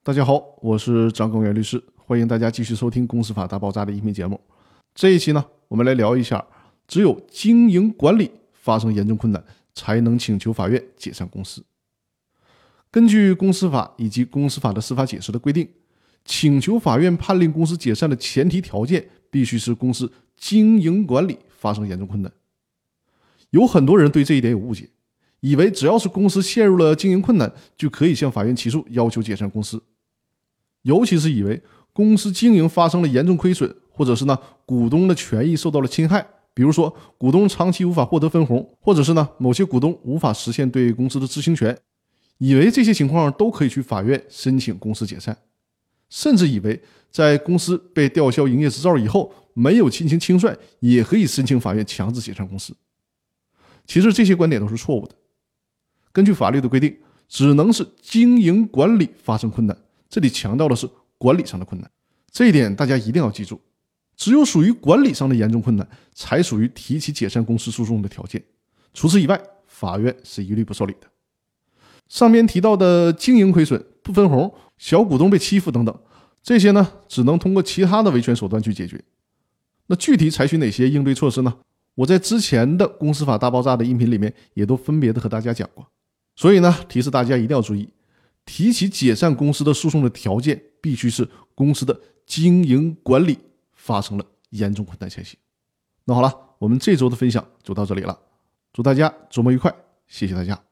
大家好，我是张根源律师，欢迎大家继续收听《公司法大爆炸》的音频节目。这一期呢，我们来聊一下，只有经营管理发生严重困难，才能请求法院解散公司。根据公司法以及公司法的司法解释的规定，请求法院判令公司解散的前提条件必须是公司经营管理发生严重困难。有很多人对这一点有误解，以为只要是公司陷入了经营困难，就可以向法院起诉要求解散公司。尤其是以为公司经营发生了严重亏损，或者是股东的权益受到了侵害，比如说股东长期无法获得分红，或者是某些股东无法实现对公司的知情权，以为这些情况都可以去法院申请公司解散，甚至以为在公司被吊销营业执照以后没有进行清算，也可以申请法院强制解散公司。其实这些观点都是错误的。根据法律的规定，只能是经营管理发生困难，这里强调的是管理上的困难，这一点大家一定要记住。只有属于管理上的严重困难，才属于提起解散公司诉讼的条件，除此以外，法院是一律不受理的。上面提到的经营亏损、不分红、小股东被欺负等等，这些只能通过其他的维权手段去解决。那具体采取哪些应对措施呢？我在之前的公司法大爆炸的音频里面也都分别的和大家讲过，所以提示大家一定要注意，提起解散公司的诉讼的条件必须是公司的经营管理发生了严重困难才行。那好了，我们这周的分享就到这里了，祝大家周末愉快，谢谢大家。